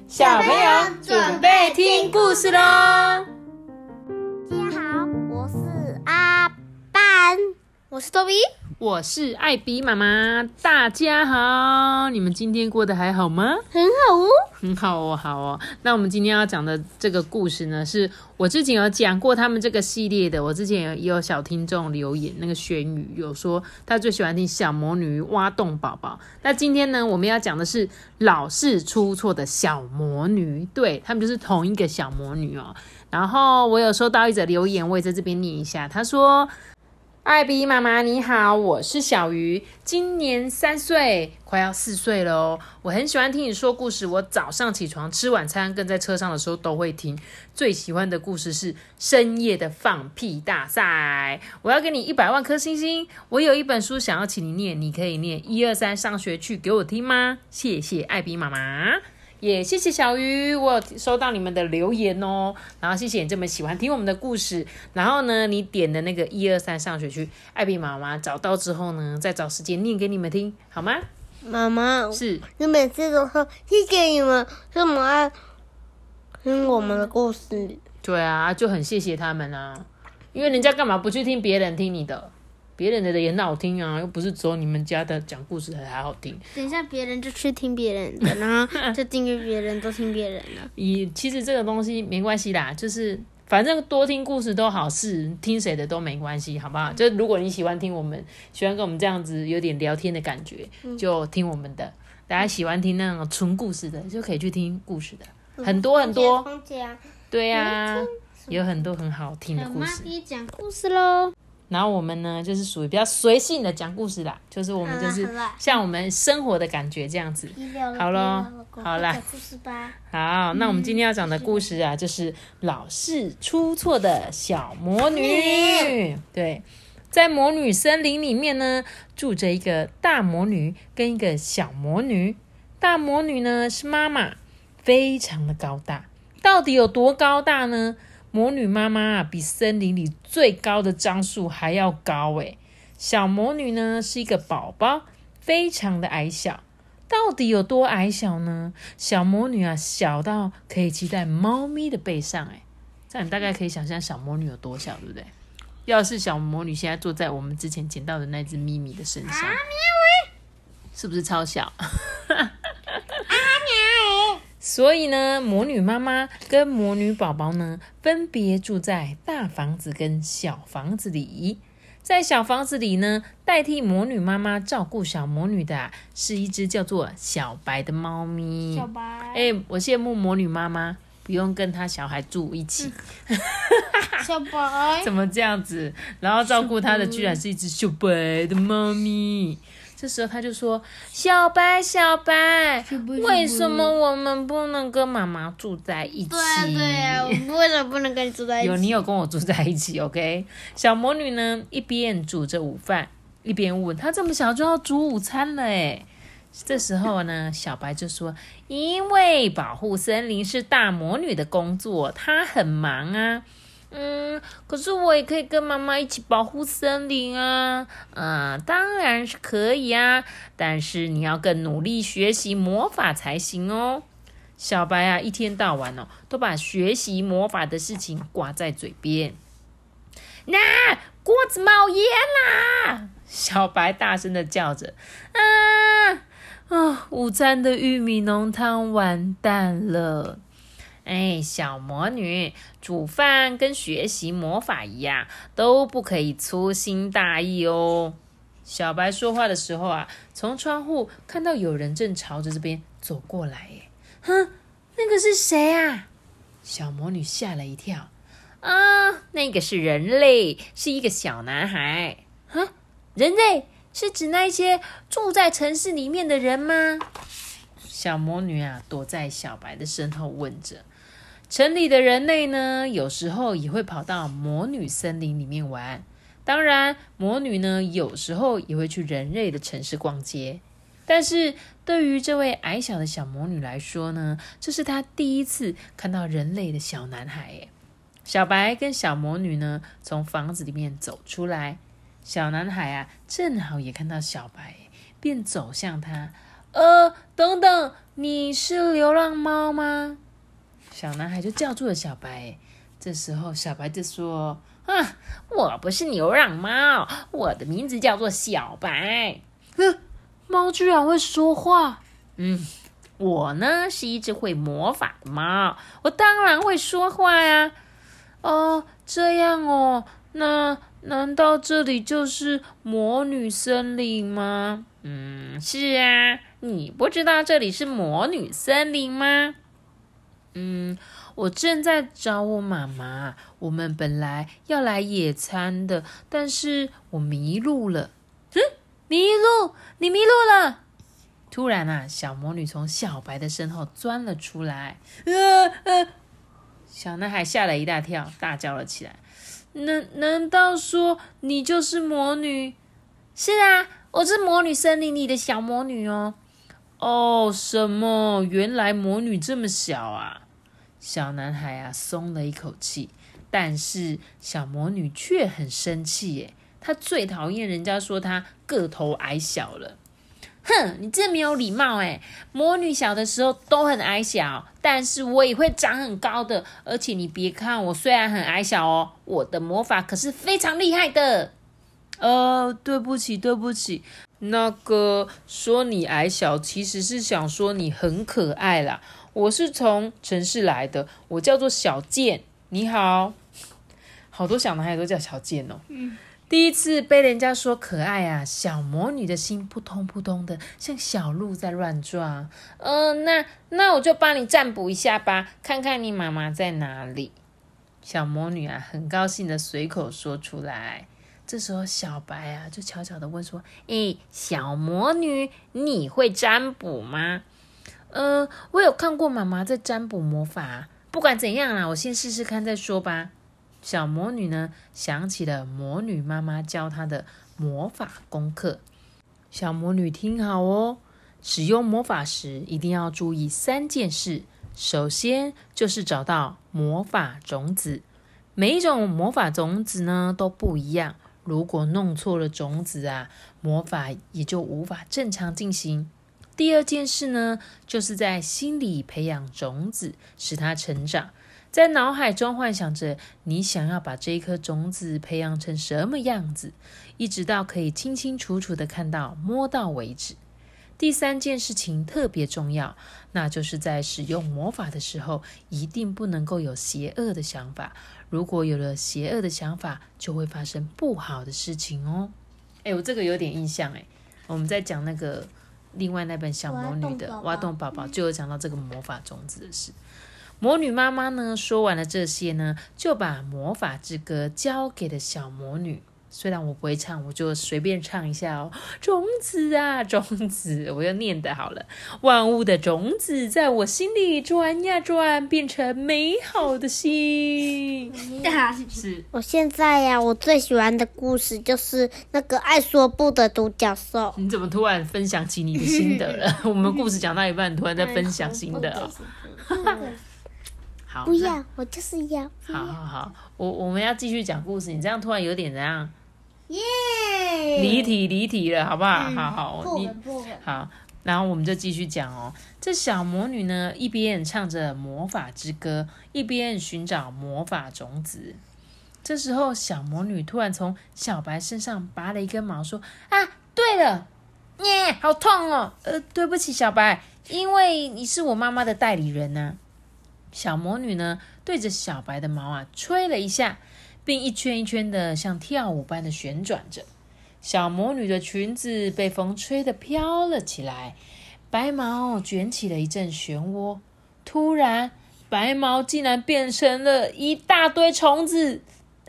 小朋友准备听故事咯。 大家好，我是阿班，我是多比， 我是艾比妈妈。大家好，你们今天过得还好吗？ 很好哦， 很好哦，好哦。那我们今天要讲的这个故事呢，是我之前有讲过他们这个系列的。我之前也有小听众留言，那个玄宇有说他最喜欢听小魔女挖洞宝宝。那今天呢，我们要讲的是老是出错的小魔女，对，他们就是同一个小魔女哦。然后我有收到一则留言，我也在这边念一下。他说：艾比妈妈你好，我是小鱼，今年3岁，快要4岁了哦。我很喜欢听你说故事，我早上起床、吃晚餐跟在车上的时候都会听。最喜欢的故事是深夜的放屁大赛。我要给你100万颗星星。我有一本书想要请你念，你可以念1、2、3上学去给我听吗？谢谢艾比妈妈。也谢谢小鱼，我有收到你们的留言哦，然后谢谢你这么喜欢听我们的故事。然后呢，你点的那个1、2、3上学去，艾比妈妈找到之后呢，再找时间念给你们听，好吗？ 妈妈是， 你每次都说谢谢你们这么爱听我们的故事。 对啊，就很谢谢他们啊，因为人家干嘛不去听别人听你的？别人的也很好听啊，又不是只有你们家的讲故事还好听。 等一下别人就去听别人的，然后就订阅别人，都听别人的。 其实这个东西没关系啦，就是反正多听故事都好事，听谁的都没关系，好不好？就如果你喜欢听我们，喜欢跟我们这样子有点聊天的感觉，就听我们的。大家喜欢听那种纯故事的，就可以去听故事的，很多很多。对啊，有很多很好听的故事。 妈咪讲故事咯。 然后我们呢，就是属于比较随性的讲故事啦，就是我们就是像我们生活的感觉这样子。好咯，好啦，好，那我们今天要讲的故事啊，就是老是出错的小魔女。对，在魔女森林里面呢，住着一个大魔女跟一个小魔女。大魔女呢是妈妈，非常的高大，到底有多高大呢？魔女妈妈比森林里最高的樟树还要高诶。小魔女呢是一个宝宝，非常的矮小。到底有多矮小呢？小魔女啊，小到可以骑在猫咪的背上诶。这样你大概可以想象小魔女有多小，对不对？要是小魔女现在坐在我们之前捡到的那只咪咪的身上，是不是超小？所以呢，魔女妈妈跟魔女宝宝呢，分别住在大房子跟小房子里。在小房子里呢，代替魔女妈妈照顾小魔女的是一只叫做小白的猫咪。 小白， 我羡慕魔女妈妈，不用跟她小孩住一起。 小白怎么这样子？然后照顾她的居然是一只小白的猫咪。这时候他就说：小白，小白，为什么我们不能跟妈妈住在一起？ 对啊，我们为什么不能跟你住在一起？ 你有跟我住在一起 ，OK？ 小魔女呢，一边煮着午饭，一边问：她这么小就要煮午餐了诶。这时候呢，小白就说：因为保护森林是大魔女的工作，她很忙啊。可是我也可以跟妈妈一起保护森林啊。当然是可以啊，但是你要更努力学习魔法才行哦。小白啊，一天到晚都把学习魔法的事情挂在嘴边。那锅子冒烟啦！小白大声的叫着。午餐的玉米浓汤完蛋了。小魔女，煮饭跟学习魔法一样，都不可以粗心大意哦。小白说话的时候啊，从窗户看到有人正朝着这边走过来。那个是谁啊？小魔女吓了一跳。那个是人类，是一个小男孩。人类是指那些住在城市里面的人吗？小魔女啊，躲在小白的身后问着。城里的人类呢，有时候也会跑到魔女森林里面玩。当然，魔女呢，有时候也会去人类的城市逛街。但是对于这位矮小的小魔女来说呢，这是她第一次看到人类的小男孩。小白跟小魔女呢，从房子里面走出来。小男孩啊，正好也看到小白，便走向他， 等等，你是流浪猫吗？”小男孩就叫住了小白。这时候小白就说：“我不是流浪猫，我的名字叫做小白。”猫居然会说话。我呢是一只会魔法的猫，我当然会说话呀。这样哦，那难道这里就是魔女森林吗？是啊，你不知道这里是魔女森林吗？我正在找我妈妈，我们本来要来野餐的，但是我迷路了。你迷路了？突然小魔女从小白的身后钻了出来。小男孩吓了一大跳，大叫了起来。难道说你就是魔女？是啊，我是魔女森林里的小魔女哦。什么？原来魔女这么小啊！小男孩松了一口气，但是小魔女却很生气耶。她最讨厌人家说她个头矮小了。你真没有礼貌诶，魔女小的时候都很矮小，但是我也会长很高的，而且你别看我虽然很矮小哦，我的魔法可是非常厉害的。对不起，那个说你矮小其实是想说你很可爱啦。我是从城市来的，我叫做小健。你好。好多小男孩都叫小健哦。第一次被人家说可爱小魔女的心扑通扑通的，像小鹿在乱撞。那我就帮你占卜一下吧，看看你妈妈在哪里。小魔女很高兴的随口说出来。这时候小白就悄悄的问说：“小魔女，你会占卜吗？”我有看过妈妈在占卜魔法，不管怎样我先试试看再说吧。小魔女呢，想起了魔女妈妈教她的魔法功课。小魔女听好哦，使用魔法时一定要注意3件事。首先就是找到魔法种子，每一种魔法种子呢都不一样，如果弄错了种子魔法也就无法正常进行。第二件事呢，就是在心里培养种子，使它成长。在脑海中幻想着你想要把这一颗种子培养成什么样子，一直到可以清清楚楚的看到、摸到为止。第3件事情特别重要，那就是在使用魔法的时候，一定不能够有邪恶的想法。如果有了邪恶的想法，就会发生不好的事情哦。我这个有点印象我们在讲那个另外那本小魔女的挖洞宝宝，就有讲到这个魔法种子的事。魔女妈妈呢，说完了这些呢，就把魔法之歌交给了小魔女。虽然我不会唱，我就随便唱一下哦。种子种子，我要念的好了。万物的种子在我心里转呀转，变成美好的心。是。 我现在我最喜欢的故事就是那个爱说不的独角兽。 你怎么突然分享起你的心得了？我们故事讲到一半，突然在分享心得哦。好， 不要，我就是要。 好，我们要继续讲故事。你这样突然有点怎样？离题了，好不好？好，好，然后我们就继续讲哦。这小魔女呢，一边唱着魔法之歌，一边寻找魔法种子。这时候，小魔女突然从小白身上拔了一根毛，说：“对了，好痛哦！对不起，小白，因为你是我妈妈的代理人呢。”小魔女呢，对着小白的毛吹了一下，并一圈一圈的像跳舞般的旋转着。小魔女的裙子被风吹得飘了起来，白毛卷起了一阵漩涡。突然，白毛竟然变成了一大堆虫子！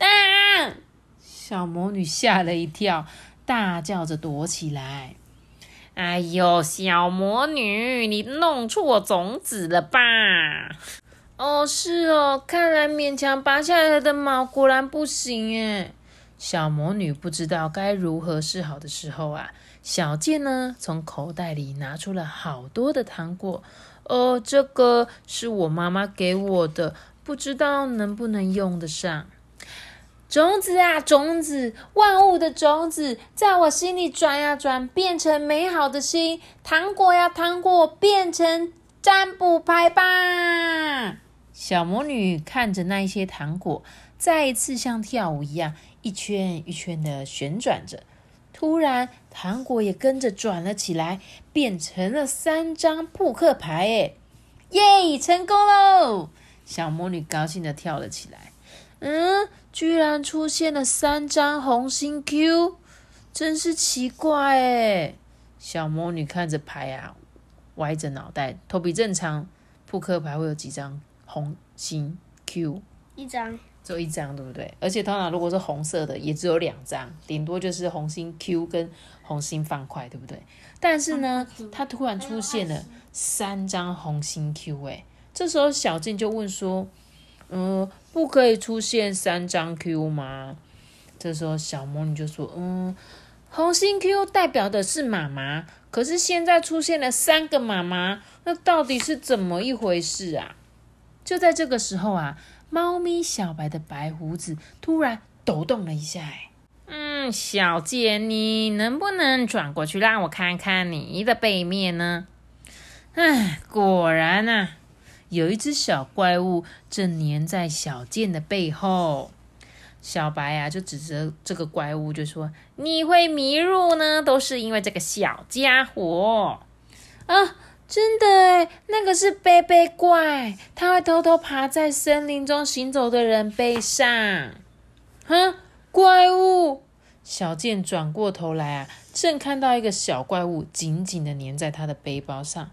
小魔女吓了一跳，大叫着躲起来。哎呦，小魔女，你弄错种子了吧？是哦，看来勉强拔下来的毛果然不行耶。小魔女不知道该如何是好的时候小健呢，从口袋里拿出了好多的糖果。这个是我妈妈给我的，不知道能不能用得上。 种子啊，种子，万物的种子，在我心里转呀转，变成美好的心。糖果呀，糖果，变成占卜牌吧。小魔女看着那一些糖果，再一次像跳舞一样，一圈一圈的旋转着。突然，糖果也跟着转了起来，变成了3张扑克牌。耶，成功喽！小魔女高兴的跳了起来。居然出现了3张红心 Q， 真是奇怪。小魔女看着牌啊，歪着脑袋，头比正常。扑克牌会有几张红心 Q？ 1张， 只有1张，对不对？而且通常如果是红色的，也只有2张，顶多就是红心 Q 跟红心方块，对不对？但是呢，它突然出现了3张红心 Q， 这时候小静就问说，不可以出现3张 Q 吗？这时候小魔女就说，红心 Q 代表的是妈妈，可是现在出现了3个妈妈，那到底是怎么一回事啊？就在这个时候啊，猫咪小白的白胡子突然抖动了一下。小姐，你能不能转过去让我看看你的背面呢？果然啊，有一只小怪物正粘在小健的背后。小白啊，就指着这个怪物就说：“你会迷路呢，都是因为这个小家伙啊！真的耶，那个是贝贝怪，它会偷偷爬在森林中行走的人背上。”怪物！小健转过头来啊，正看到一个小怪物紧紧的粘在他的背包上。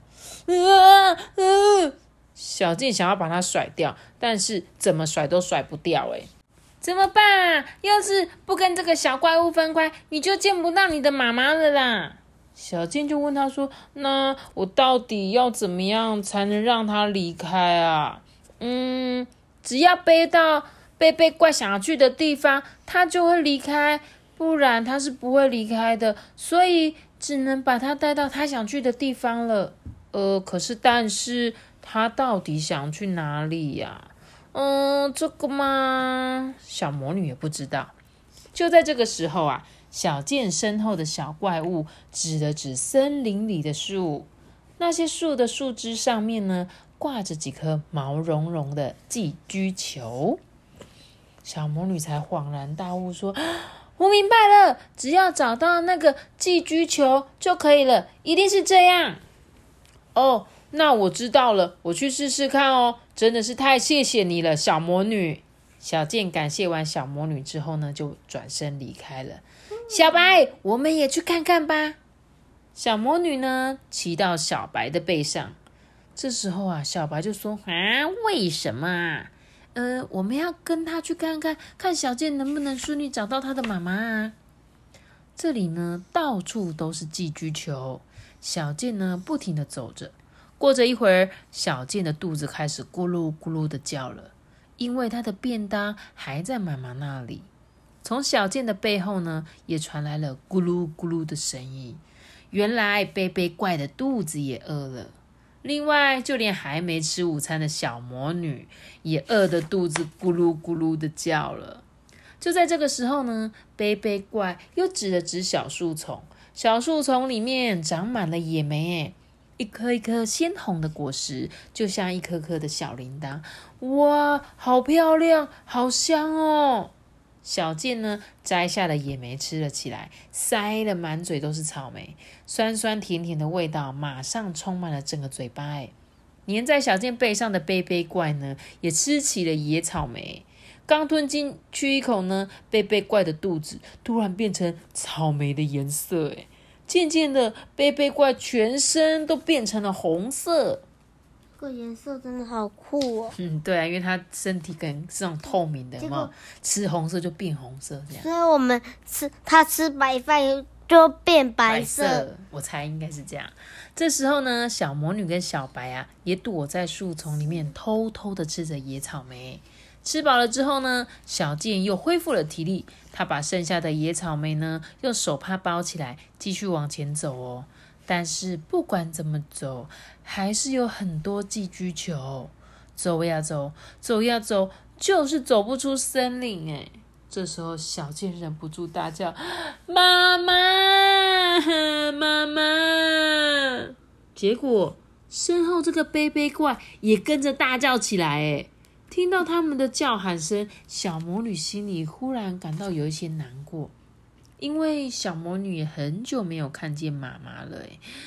小健想要把它甩掉，但是怎么甩都甩不掉。怎么办？要是不跟这个小怪物分开，你就见不到你的妈妈了啦。小健就问他说，那我到底要怎么样才能让他离开啊？只要背到贝贝怪想要去的地方，他就会离开，不然他是不会离开的，所以只能把他带到他想去的地方了。但是他到底想去哪里呀？这个嘛，小魔女也不知道。就在这个时候啊，小健身后的小怪物指了指森林里的树，那些树的树枝上面呢，挂着几颗毛茸茸的寄居球。小魔女才恍然大悟说，我明白了，只要找到那个寄居球就可以了，一定是这样。那我知道了，我去试试看哦。真的是太谢谢你了，小魔女。小健感谢完小魔女之后呢，就转身离开了。小白，我们也去看看吧。小魔女呢，骑到小白的背上。这时候啊，小白就说，为什么啊？我们要跟他去看看，看小健能不能顺利找到他的妈妈啊。这里呢，到处都是寄居球。小健呢，不停地走着。过着一会儿，小健的肚子开始咕噜咕噜的叫了，因为他的便当还在妈妈那里。从小健的背后呢，也传来了咕噜咕噜的声音。原来贝贝怪的肚子也饿了。另外，就连还没吃午餐的小魔女也饿得肚子咕噜咕噜的叫了。就在这个时候呢，贝贝怪又指了指小树丛，小树丛里面长满了野莓，一颗一颗鲜红的果实，就像一颗颗的小铃铛。哇，好漂亮，好香哦！小健呢，摘下了野莓吃了起来，塞了满嘴都是草莓，酸酸甜甜的味道马上充满了整个嘴巴。粘在小健背上的贝贝怪呢，也吃起了野草莓。刚吞进去一口呢，贝贝怪的肚子突然变成草莓的颜色。渐渐的，贝贝怪全身都变成了红色。 这个颜色真的好酷哦！ 对啊，因为它身体可能是那种透明的，有没有？吃红色就变红色这样。 所以我们吃白饭就变白色。 我猜应该是这样。这时候呢，小魔女跟小白啊，也躲在树丛里面偷偷的吃着野草莓。吃饱了之后呢，小健又恢复了体力，他把剩下的野草莓呢，用手帕包起来，继续往前走哦。但是不管怎么走，还是有很多寄居球。走呀走，走呀走，就是走不出森林。 这时候小健忍不住大叫：妈妈，妈妈！结果身后这个贝贝怪也跟着大叫起来。诶，听到他们的叫喊声，小魔女心里忽然感到有一些难过，因为小魔女也很久没有看见妈妈了。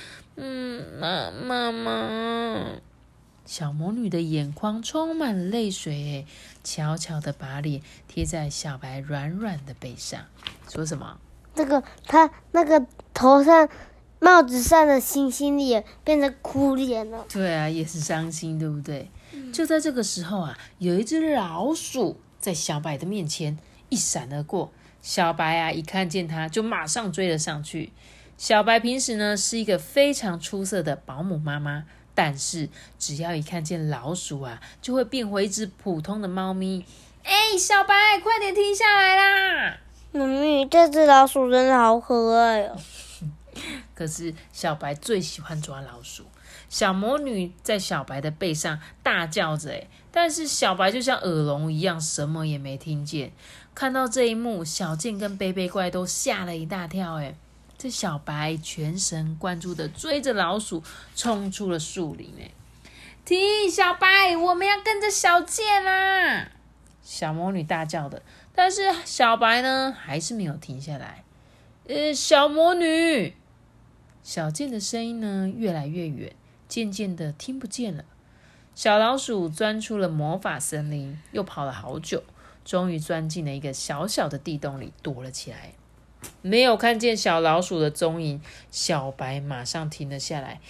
妈妈。小魔女的眼眶充满了泪水，悄悄的把脸贴在小白软软的背上，说什么？ 她那个头上帽子上的星星脸变成哭脸了。 对啊，也是伤心，对不对？就在这个时候啊，有一只老鼠在小白的面前一闪而过，小白啊一看见它就马上追了上去。小白平时呢是一个非常出色的保姆妈妈，但是只要一看见老鼠啊，就会变回一只普通的猫咪。小白，快点停下来啦！ 妈咪，这只老鼠真的好可爱哦。 可是小白最喜欢抓老鼠，小魔女在小白的背上大叫着，但是小白就像耳聋一样，什么也没听见。看到这一幕，小健跟贝贝怪都吓了一大跳。这小白全神贯注的追着老鼠，冲出了树林。停，小白，我们要跟着小健啊！小魔女大叫的，但是小白呢，还是没有停下来。小魔女，小健的声音呢，越来越远，渐渐的听不见了。小老鼠钻出了魔法森林，又跑了好久，终于钻进了一个小小的地洞里，躲了起来。没有看见小老鼠的踪影，小白马上停了下来。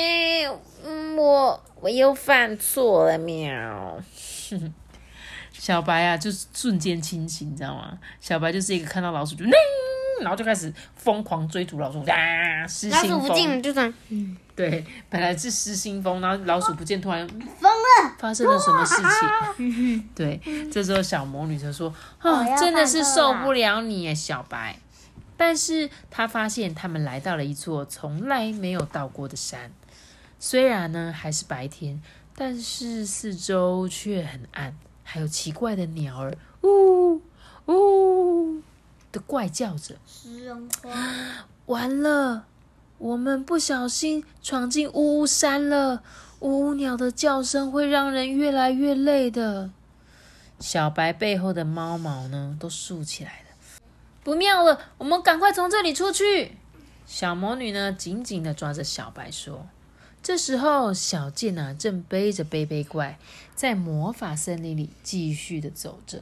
我又犯错了，喵。小白啊，就瞬间清醒，你知道吗？小白就是一个看到老鼠就然后就开始疯狂追逐老鼠，失心疯。 老鼠不见了，就算对，本来是失心疯，然后老鼠不见，突然疯了， 发生了什么事情？对，这时候小魔女就说：“真的是受不了你耶，小白。”但是她发现他们来到了一座从来没有到过的山，虽然呢还是白天，但是四周却很暗，还有奇怪的鸟儿呜呜的怪叫着。完了，我们不小心闯进呜呜山了，呜呜鸟的叫声会让人越来越累的。小白背后的猫毛呢都竖起来了，不妙了，我们赶快从这里出去。小魔女呢紧紧地抓着小白说。这时候小健啊正背着贝贝怪在魔法森林里继续的走着。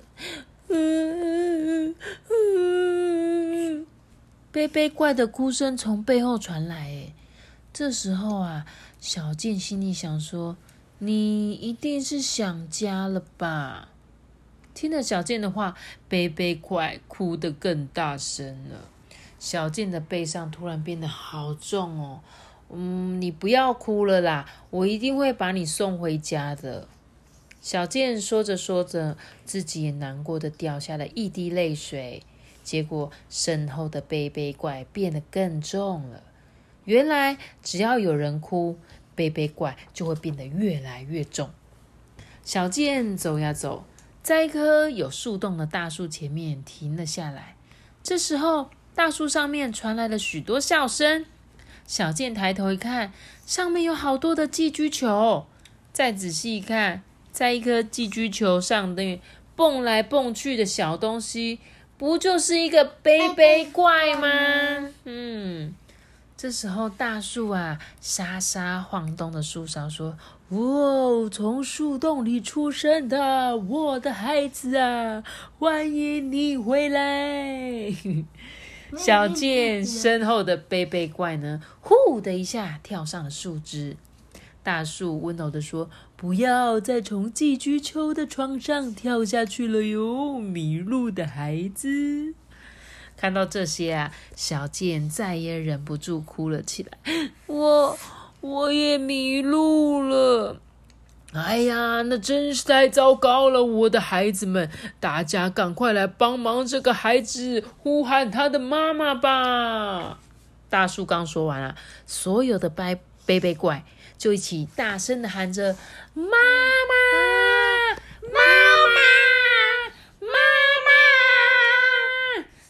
贝贝怪的哭声从背后传来。这时候啊，小健心里想说，你一定是想家了吧。听了小健的话，贝贝怪哭得更大声了。小健的背上突然变得好重哦。你不要哭了啦，我一定会把你送回家的。小健说着说着，自己也难过的掉下了一滴泪水。结果身后的贝贝怪变得更重了。原来只要有人哭，贝贝怪就会变得越来越重。小健走呀走，在一棵有树洞的大树前面停了下来。这时候大树上面传来了许多笑声。小健抬头一看，上面有好多的寄居球。再仔细一看，在一颗寄居球上的蹦来蹦去的小东西，不就是一个贝贝怪吗？这时候大树啊沙沙晃动的树梢说，从树洞里出生的我的孩子啊，欢迎你回来。小健身后的贝贝怪呢，呼的一下跳上了树枝。大树温柔地说，不要再从寄居球的床上跳下去了哟，迷路的孩子。看到这些啊，小健再也忍不住哭了起来。我也迷路了。哎呀，那真是太糟糕了，我的孩子们，大家赶快来帮忙这个孩子，呼喊他的妈妈吧。大树刚说完了，所有的贝贝怪就一起大声的喊着，妈妈，妈妈，妈妈。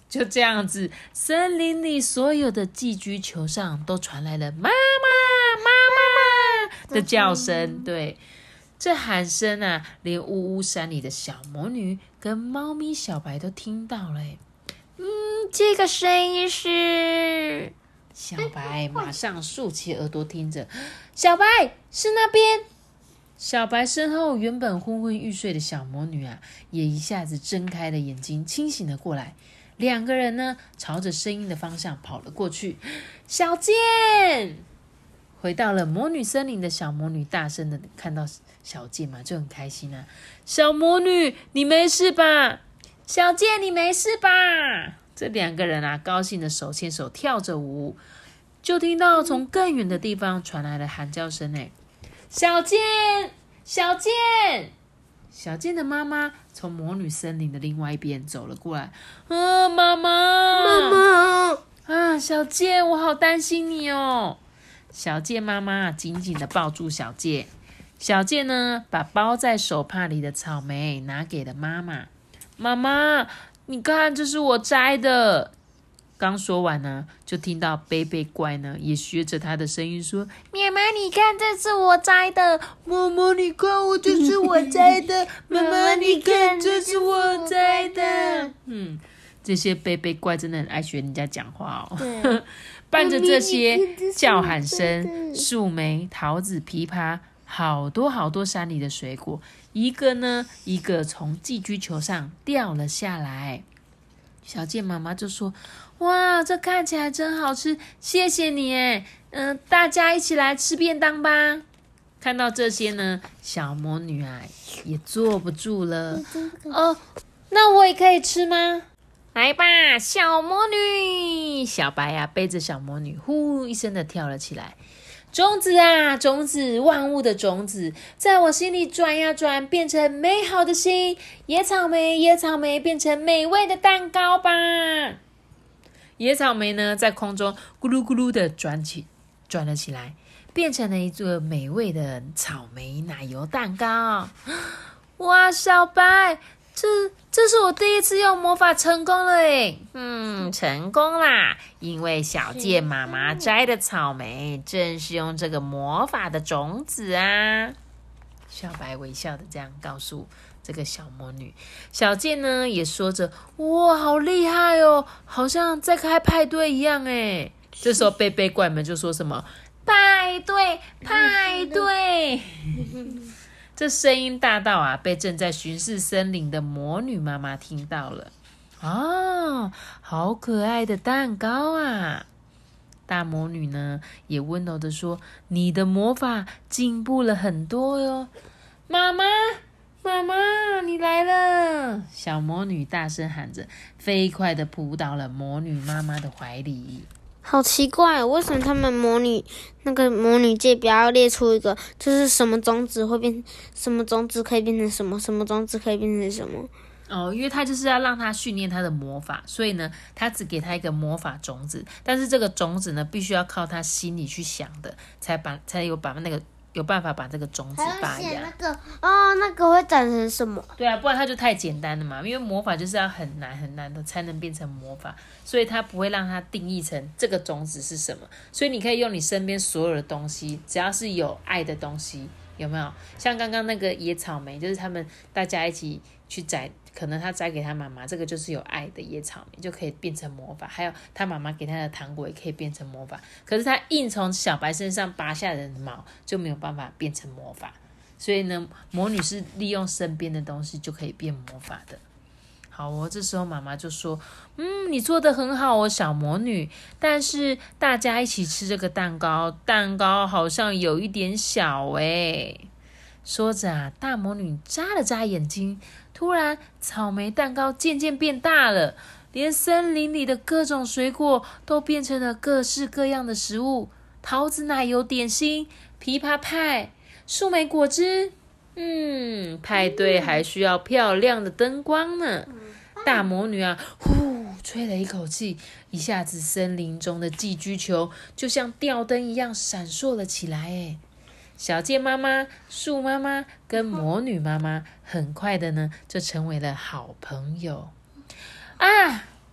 就这样子，森林里所有的寄居球上都传来了妈妈妈妈的叫声。对，这喊声啊，连呜呜山里的小魔女跟猫咪小白都听到了。 这个声音是…… 小白马上竖起耳朵听着，小白是那边。小白身后原本昏昏欲睡的小魔女啊，也一下子睁开了眼睛，清醒了过来。两个人呢，朝着声音的方向跑了过去。小健！回到了魔女森林的小魔女大声的看到小健嘛，就很开心啊。小魔女，你没事吧？小健，你没事吧？这两个人啊，高兴的手牵手跳着舞，就听到从更远的地方传来了喊叫声。小健，小健！小健的妈妈从魔女森林的另外一边走了过来。妈妈啊，小健，我好担心你哦。小健妈妈紧紧的抱住小健。小健呢，把包在手帕里的草莓拿给了妈妈。妈妈，你看，这是我摘的。刚说完呢，就听到贝贝怪呢也学着他的声音说： 妈妈，你看，这是我摘的。 妈妈，你看，这是我摘的。妈妈，你看，这是我摘的。这些贝贝怪真的很爱学人家讲话哦。伴着这些叫喊声，树莓、桃子、枇杷，好多好多山里的水果，一个呢一个从寄居球上掉了下来。小健妈妈就说：哇，这看起来真好吃，谢谢你耶。大家一起来吃便当吧。看到这些呢，小魔女啊也坐不住了。那我也可以吃吗？来吧，小魔女！小白啊背着小魔女，呼一声的跳了起来。种子啊，种子，万物的种子，在我心里转呀转，变成美好的心。野草莓，野草莓，变成美味的蛋糕吧。野草莓呢，在空中咕噜咕噜的转了起来，变成了一座美味的草莓奶油蛋糕。哇，小白，这是我第一次用魔法成功了耶。成功啦，因为小健妈妈摘的草莓正是用这个魔法的种子啊。小白微笑的这样告诉这个小魔女。小健呢也说着：哇，好厉害哦，好像在开派对一样耶。这时候贝贝怪们就说什么：派对，派对。这声音大到啊，被正在巡视森林的魔女妈妈听到了。好可爱的蛋糕啊！大魔女呢，也温柔的说：你的魔法进步了很多哟。妈妈，妈妈，你来了！小魔女大声喊着，飞快的扑到了魔女妈妈的怀里。 好奇怪，为什么他们魔女界不要列出一个，就是什么种子会变，什么种子可以变成什么，什么种子可以变成什么？ 因为他就是要让他训练他的魔法，所以呢，他只给他一个魔法种子，但是这个种子呢，必须要靠他心里去想的，才有办法把这个种子发芽。 那个会长成什么？ 对啊，不然它就太简单了嘛。因为魔法就是要很难很难的才能变成魔法，所以他不会让它定义成这个种子是什么。所以你可以用你身边所有的东西，只要是有爱的东西，有没有？像刚刚那个野草莓，就是他们大家一起去摘，可能他摘给他妈妈，这个就是有爱的野草莓，就可以变成魔法。还有他妈妈给他的糖果也可以变成魔法。可是他硬从小白身上拔下人的毛，就没有办法变成魔法。所以呢，魔女是利用身边的东西就可以变魔法的。好哦，这时候妈妈就说：你做得很好哦，小魔女。但是大家一起吃这个蛋糕，蛋糕好像有一点小诶。说着啊，大魔女眨了眨眼睛，突然草莓蛋糕渐渐变大了，连森林里的各种水果都变成了各式各样的食物：桃子奶油点心、枇杷派、树莓果汁。派对还需要漂亮的灯光呢。大魔女啊，呼，吹了一口气，一下子森林中的寄居球就像吊灯一样闪烁了起来。诶，小健妈妈、树妈妈跟魔女妈妈很快的呢就成为了好朋友啊。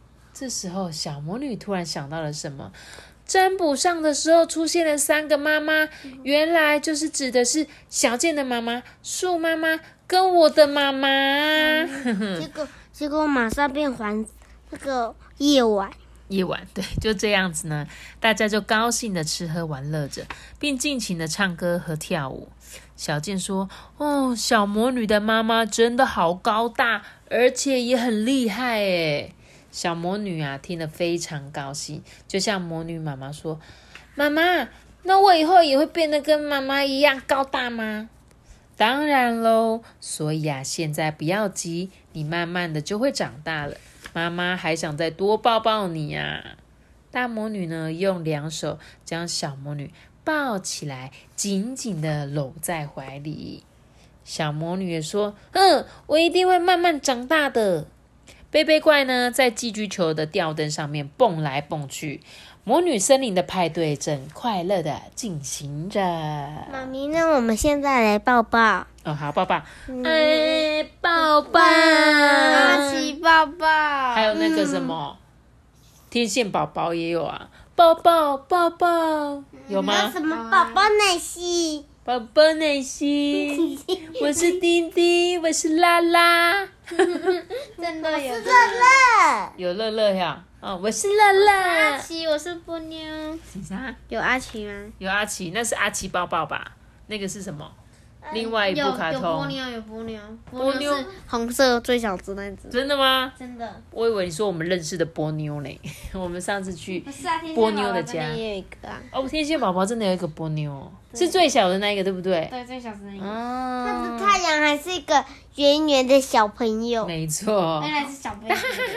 这时候，小魔女突然想到了什么。占卜上的时候出现了3个妈妈，原来就是指的是小健的妈妈、树妈妈跟我的妈妈。 结果马上变还那个夜晚， 对，就这样子呢，大家就高兴的吃喝玩乐着，并尽情的唱歌和跳舞。小健说：“哦，小魔女的妈妈真的好高大，而且也很厉害耶。”小魔女啊，听得非常高兴，就像魔女妈妈说：“妈妈，那我以后也会变得跟妈妈一样高大吗？”当然咯，所以啊，现在不要急，你慢慢的就会长大了。妈妈还想再多抱抱你啊！大魔女呢，用2手将小魔女抱起来，紧紧的搂在怀里。小魔女也说：“我一定会慢慢长大的。”贝贝怪呢，在寄居球的吊灯上面蹦来蹦去。魔女森林的派对正快乐的进行着。 妈咪呢？我们现在来抱抱。 好，抱抱。抱抱。 阿奇抱抱。 还有那个什么，天线宝宝也有啊，抱抱抱抱，有吗？ 什么宝宝奶昔？ 宝宝奶昔，我是丁丁，我是拉拉， 真的有乐乐， 有乐乐呀，我是乐乐。 阿奇，我是波妞。 啥？ 有阿奇吗？ 有阿奇，那是阿奇抱抱吧？那个是什么？另外一部卡通。 有波妞是红色最小只那只。 真的吗？ 真的。 我以为你说我们认识的波妞呢。我们上次去波妞的家。 也有一个啊。 天线宝宝真的有一个波妞，是最小的那一个，对不对？ 对，最小的那个。 他的太阳还是一个圆圆的小朋友。 没错。 原来是小朋友。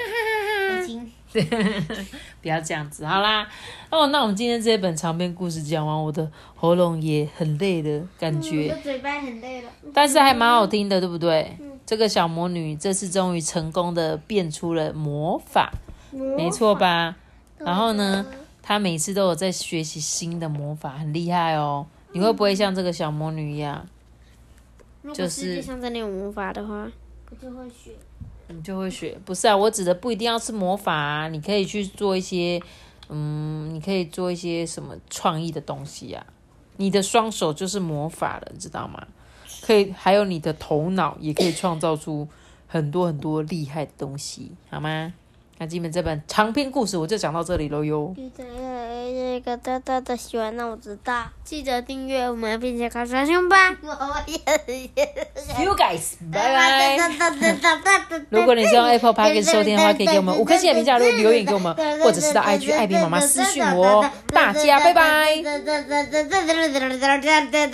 不要这样子，好啦。那我们今天这本长篇故事讲完，我的喉咙也很累的感觉， 我的嘴巴很累了， 但是还蛮好听的，对不对？这个小魔女这次终于成功的变出了魔法，没错吧？然后呢，她每次都有在学习新的魔法，很厉害哦。你会不会像这个小魔女一样？就是世界上真的有魔法的话，我就会学。 你就会学，不是啊？我指的不一定要是魔法啊，你可以去做一些，你可以做一些什么创意的东西啊。你的双手就是魔法了，你知道吗？可以，还有你的头脑也可以创造出很多很多厉害的东西，好吗？那今天这本长篇故事我就讲到这里咯哟。 这个大大的喜欢让我知道，记得订阅我们并且开小胸吧。 See you guys， 拜拜。如果你是用 Apple Podcast 收听的话，可以给我们5颗星的评价，留言给我们，或者是到 IG 爱比妈妈私讯我哦。大家拜拜。